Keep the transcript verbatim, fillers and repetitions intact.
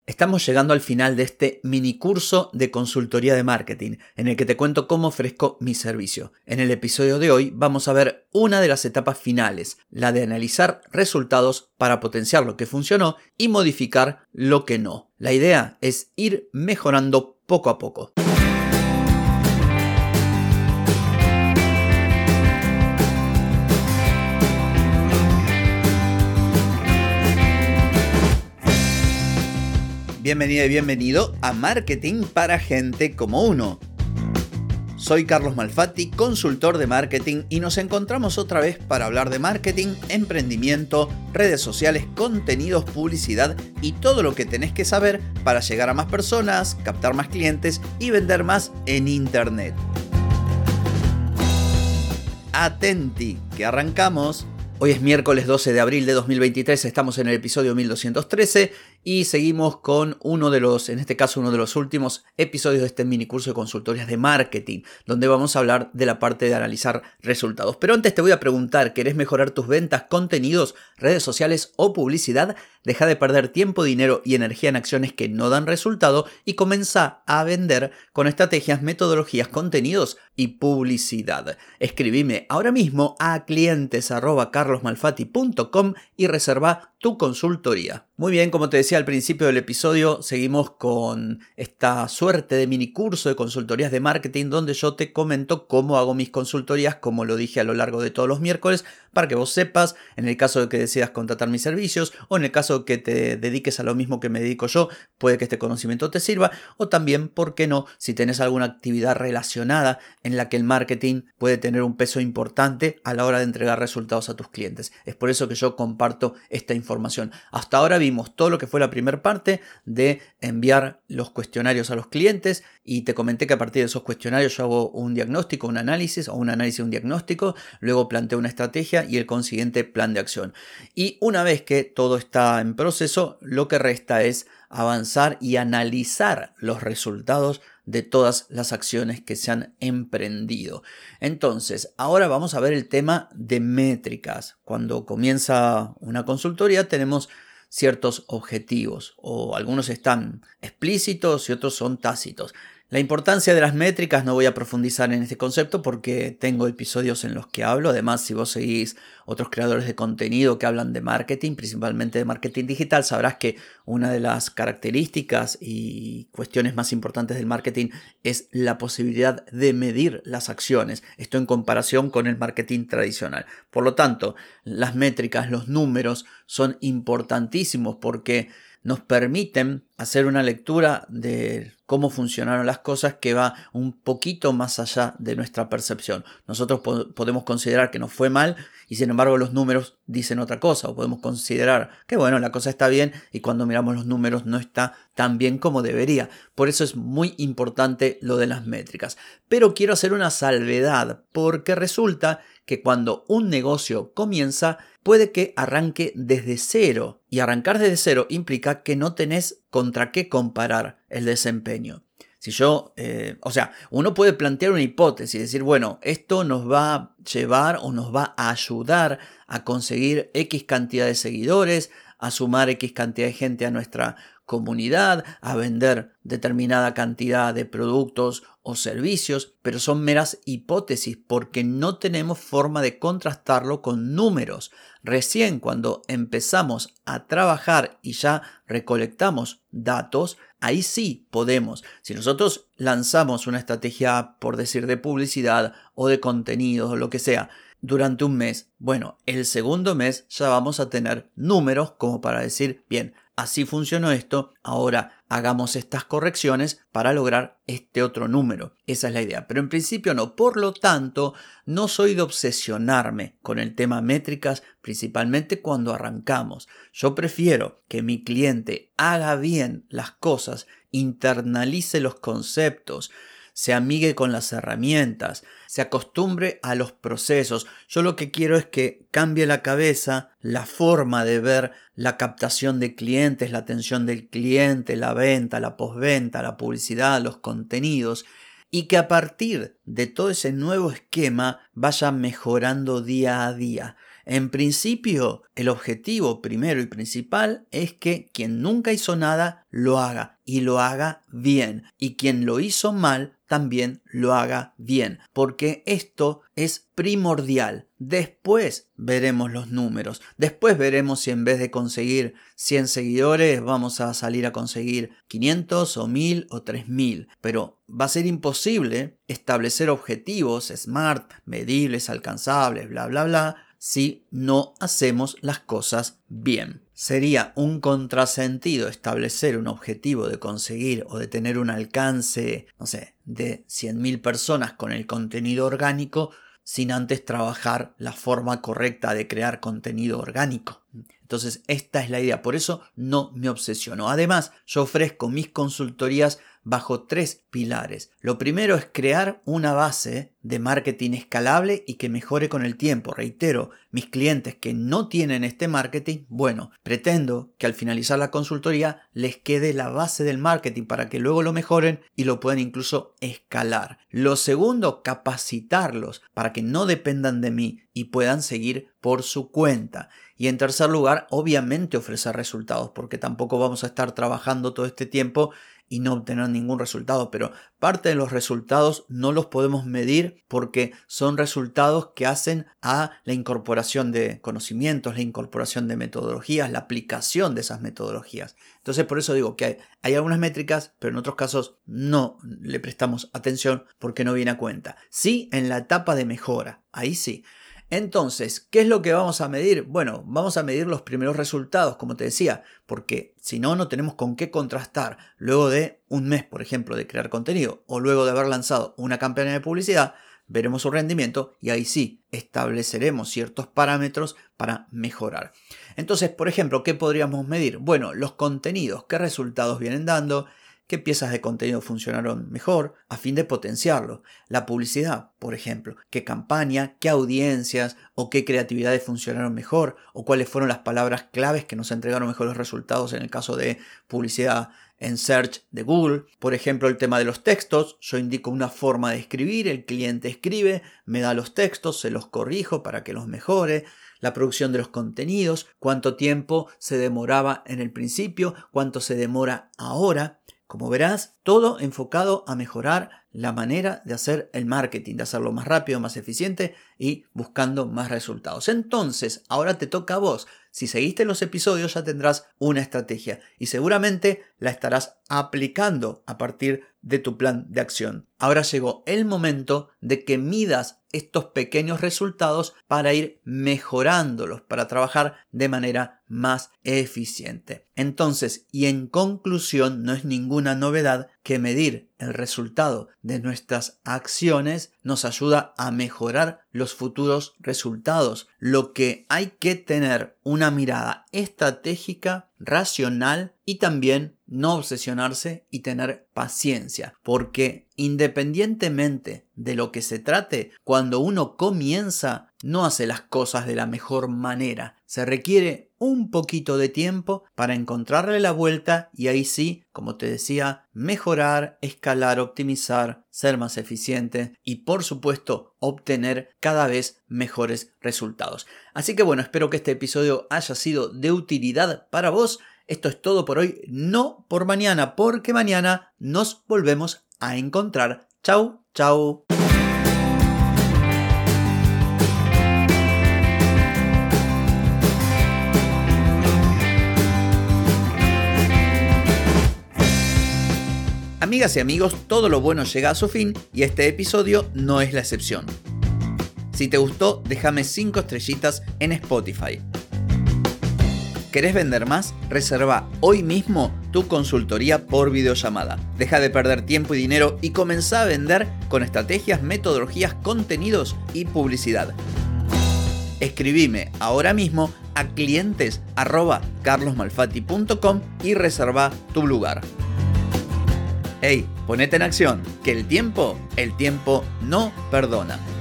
Estamos llegando al final de este mini curso de consultoría de marketing, en el que te cuento cómo ofrezco mi servicio. En el episodio de hoy vamos a ver una de las etapas finales, la de analizar resultados para potenciar lo que funcionó y modificar lo que no. La idea es ir mejorando poco a poco. Bienvenida y bienvenido a Marketing para Gente como Uno. Soy Carlos Malfatti, consultor de marketing, y nos encontramos otra vez para hablar de marketing, emprendimiento, redes sociales, contenidos, publicidad y todo lo que tenés que saber para llegar a más personas, captar más clientes y vender más en Internet. Atenti, que arrancamos. Hoy es miércoles doce de abril de dos mil veintitrés, estamos en el episodio mil doscientos trece y seguimos con uno de los, en este caso uno de los últimos episodios de este mini curso de consultorías de marketing, donde vamos a hablar de la parte de analizar resultados. Pero antes te voy a preguntar, ¿querés mejorar tus ventas, contenidos, redes sociales o publicidad? Deja de perder tiempo, dinero y energía en acciones que no dan resultado y comienza a vender con estrategias, metodologías, contenidos y publicidad. Escribime ahora mismo a clientes arroba carlosmalfatti punto com y reserva tu consultoría. Muy bien, como te decía al principio del episodio, seguimos con esta suerte de mini curso de consultorías de marketing donde yo te comento cómo hago mis consultorías, como lo dije a lo largo de todos los miércoles, para que vos sepas, en el caso de que decidas contratar mis servicios o en el caso de que te dediques a lo mismo que me dedico yo, puede que este conocimiento te sirva, o también, ¿por qué no?, si tenés alguna actividad relacionada en la que el marketing puede tener un peso importante a la hora de entregar resultados a tus clientes. Es por eso que yo comparto esta información. Hasta ahora vimos todo lo que fue la primera parte de enviar los cuestionarios a los clientes y te comenté que a partir de esos cuestionarios yo hago un diagnóstico, un análisis o un análisis, un diagnóstico, luego planteo una estrategia y el consiguiente plan de acción. Y una vez que todo está en proceso, lo que resta es avanzar y analizar los resultados de todas las acciones que se han emprendido. Entonces, ahora vamos a ver el tema de métricas. Cuando comienza una consultoría tenemos ciertos objetivos, o algunos están explícitos y otros son tácitos. La importancia de las métricas no voy a profundizar en este concepto porque tengo episodios en los que hablo. Además, si vos seguís otros creadores de contenido que hablan de marketing, principalmente de marketing digital, sabrás que una de las características y cuestiones más importantes del marketing es la posibilidad de medir las acciones. Esto en comparación con el marketing tradicional. Por lo tanto, las métricas, los números son importantísimos porque nos permiten hacer una lectura de cómo funcionaron las cosas que va un poquito más allá de nuestra percepción. Nosotros po- podemos considerar que nos fue mal y sin embargo los números dicen otra cosa, o podemos considerar que bueno, la cosa está bien y cuando miramos los números no está tan bien como debería. Por eso es muy importante lo de las métricas. Pero quiero hacer una salvedad porque resulta que cuando un negocio comienza puede que arranque desde cero, y arrancar desde cero implica que no tenés contra qué comparar el desempeño. Si yo, eh, o sea, uno puede plantear una hipótesis y decir, bueno, esto nos va a llevar o nos va a ayudar a conseguir X cantidad de seguidores, a sumar X cantidad de gente a nuestra comunidad, a vender determinada cantidad de productos o servicios, pero son meras hipótesis porque no tenemos forma de contrastarlo con números. Recién cuando empezamos a trabajar y ya recolectamos datos, ahí sí podemos. Si nosotros lanzamos una estrategia, por decir, de publicidad o de contenidos o lo que sea, durante un mes, bueno, el segundo mes ya vamos a tener números como para decir, bien, así funcionó esto, ahora hagamos estas correcciones para lograr este otro número. Esa es la idea, pero en principio no. Por lo tanto, no soy de obsesionarme con el tema métricas, principalmente cuando arrancamos. Yo prefiero que mi cliente haga bien las cosas, internalice los conceptos, se amigue con las herramientas, se acostumbre a los procesos. Yo lo que quiero es que cambie la cabeza, la forma de ver la captación de clientes, la atención del cliente, la venta, la postventa, la publicidad, los contenidos, y que a partir de todo ese nuevo esquema vaya mejorando día a día. En principio, el objetivo primero y principal es que quien nunca hizo nada lo haga y lo haga bien. Y quien lo hizo mal también lo haga bien, porque esto es primordial. Después veremos los números, después veremos si en vez de conseguir cien seguidores vamos a salir a conseguir quinientos o mil o tres mil, pero va a ser imposible establecer objetivos SMART, medibles, alcanzables, bla bla bla, si no hacemos las cosas bien. Sería un contrasentido establecer un objetivo de conseguir o de tener un alcance, no sé, de cien mil personas con el contenido orgánico sin antes trabajar la forma correcta de crear contenido orgánico. Entonces, esta es la idea, por eso no me obsesiono. Además, yo ofrezco mis consultorías bajo tres pilares. Lo primero es crear una base de marketing escalable y que mejore con el tiempo. Reitero, mis clientes que no tienen este marketing, bueno, pretendo que al finalizar la consultoría les quede la base del marketing para que luego lo mejoren y lo puedan incluso escalar. Lo segundo, capacitarlos para que no dependan de mí y puedan seguir por su cuenta. Y en tercer lugar, obviamente ofrecer resultados, porque tampoco vamos a estar trabajando todo este tiempo y no obtener ningún resultado, pero parte de los resultados no los podemos medir porque son resultados que hacen a la incorporación de conocimientos, la incorporación de metodologías, la aplicación de esas metodologías. Entonces por eso digo que hay, hay algunas métricas, pero en otros casos no le prestamos atención porque no viene a cuenta. Sí, en la etapa de mejora, ahí sí. Entonces, ¿qué es lo que vamos a medir? Bueno, vamos a medir los primeros resultados, como te decía, porque si no, no tenemos con qué contrastar luego de un mes, por ejemplo, de crear contenido o luego de haber lanzado una campaña de publicidad, veremos su rendimiento y ahí sí estableceremos ciertos parámetros para mejorar. Entonces, por ejemplo, ¿qué podríamos medir? Bueno, los contenidos, qué resultados vienen dando, qué piezas de contenido funcionaron mejor a fin de potenciarlo. La publicidad, por ejemplo, qué campaña, qué audiencias o qué creatividades funcionaron mejor o cuáles fueron las palabras claves que nos entregaron mejores resultados en el caso de publicidad en search de Google. Por ejemplo, el tema de los textos, yo indico una forma de escribir, el cliente escribe, me da los textos, se los corrijo para que los mejore. La producción de los contenidos, cuánto tiempo se demoraba en el principio, cuánto se demora ahora. Como verás, todo enfocado a mejorar la manera de hacer el marketing, de hacerlo más rápido, más eficiente y buscando más resultados. Entonces, ahora te toca a vos. Si seguiste los episodios ya tendrás una estrategia y seguramente la estarás aplicando a partir de tu plan de acción. Ahora llegó el momento de que midas estos pequeños resultados para ir mejorándolos, para trabajar de manera más eficiente. Entonces, y en conclusión, no es ninguna novedad que medir el resultado de nuestras acciones nos ayuda a mejorar los futuros resultados. Lo que hay que tener una mirada estratégica, racional y también no obsesionarse y tener paciencia, porque independientemente de lo que se trate, cuando uno comienza no hace las cosas de la mejor manera. Se requiere un poquito de tiempo para encontrarle la vuelta y ahí sí, como te decía, mejorar, escalar, optimizar, ser más eficiente y por supuesto obtener cada vez mejores resultados. Así que bueno, espero que este episodio haya sido de utilidad para vos. Esto es todo por hoy, no por mañana, porque mañana nos volvemos a encontrar. Chau, chau. Amigas y amigos, todo lo bueno llega a su fin y este episodio no es la excepción. Si te gustó, déjame cinco estrellitas en Spotify. ¿Querés vender más? Reserva hoy mismo tu consultoría por videollamada. Deja de perder tiempo y dinero y comenzá a vender con estrategias, metodologías, contenidos y publicidad. Escribime ahora mismo a clientes arroba carlosmalfatti punto com y reserva tu lugar. Hey, ponete en acción, que el tiempo, el tiempo no perdona.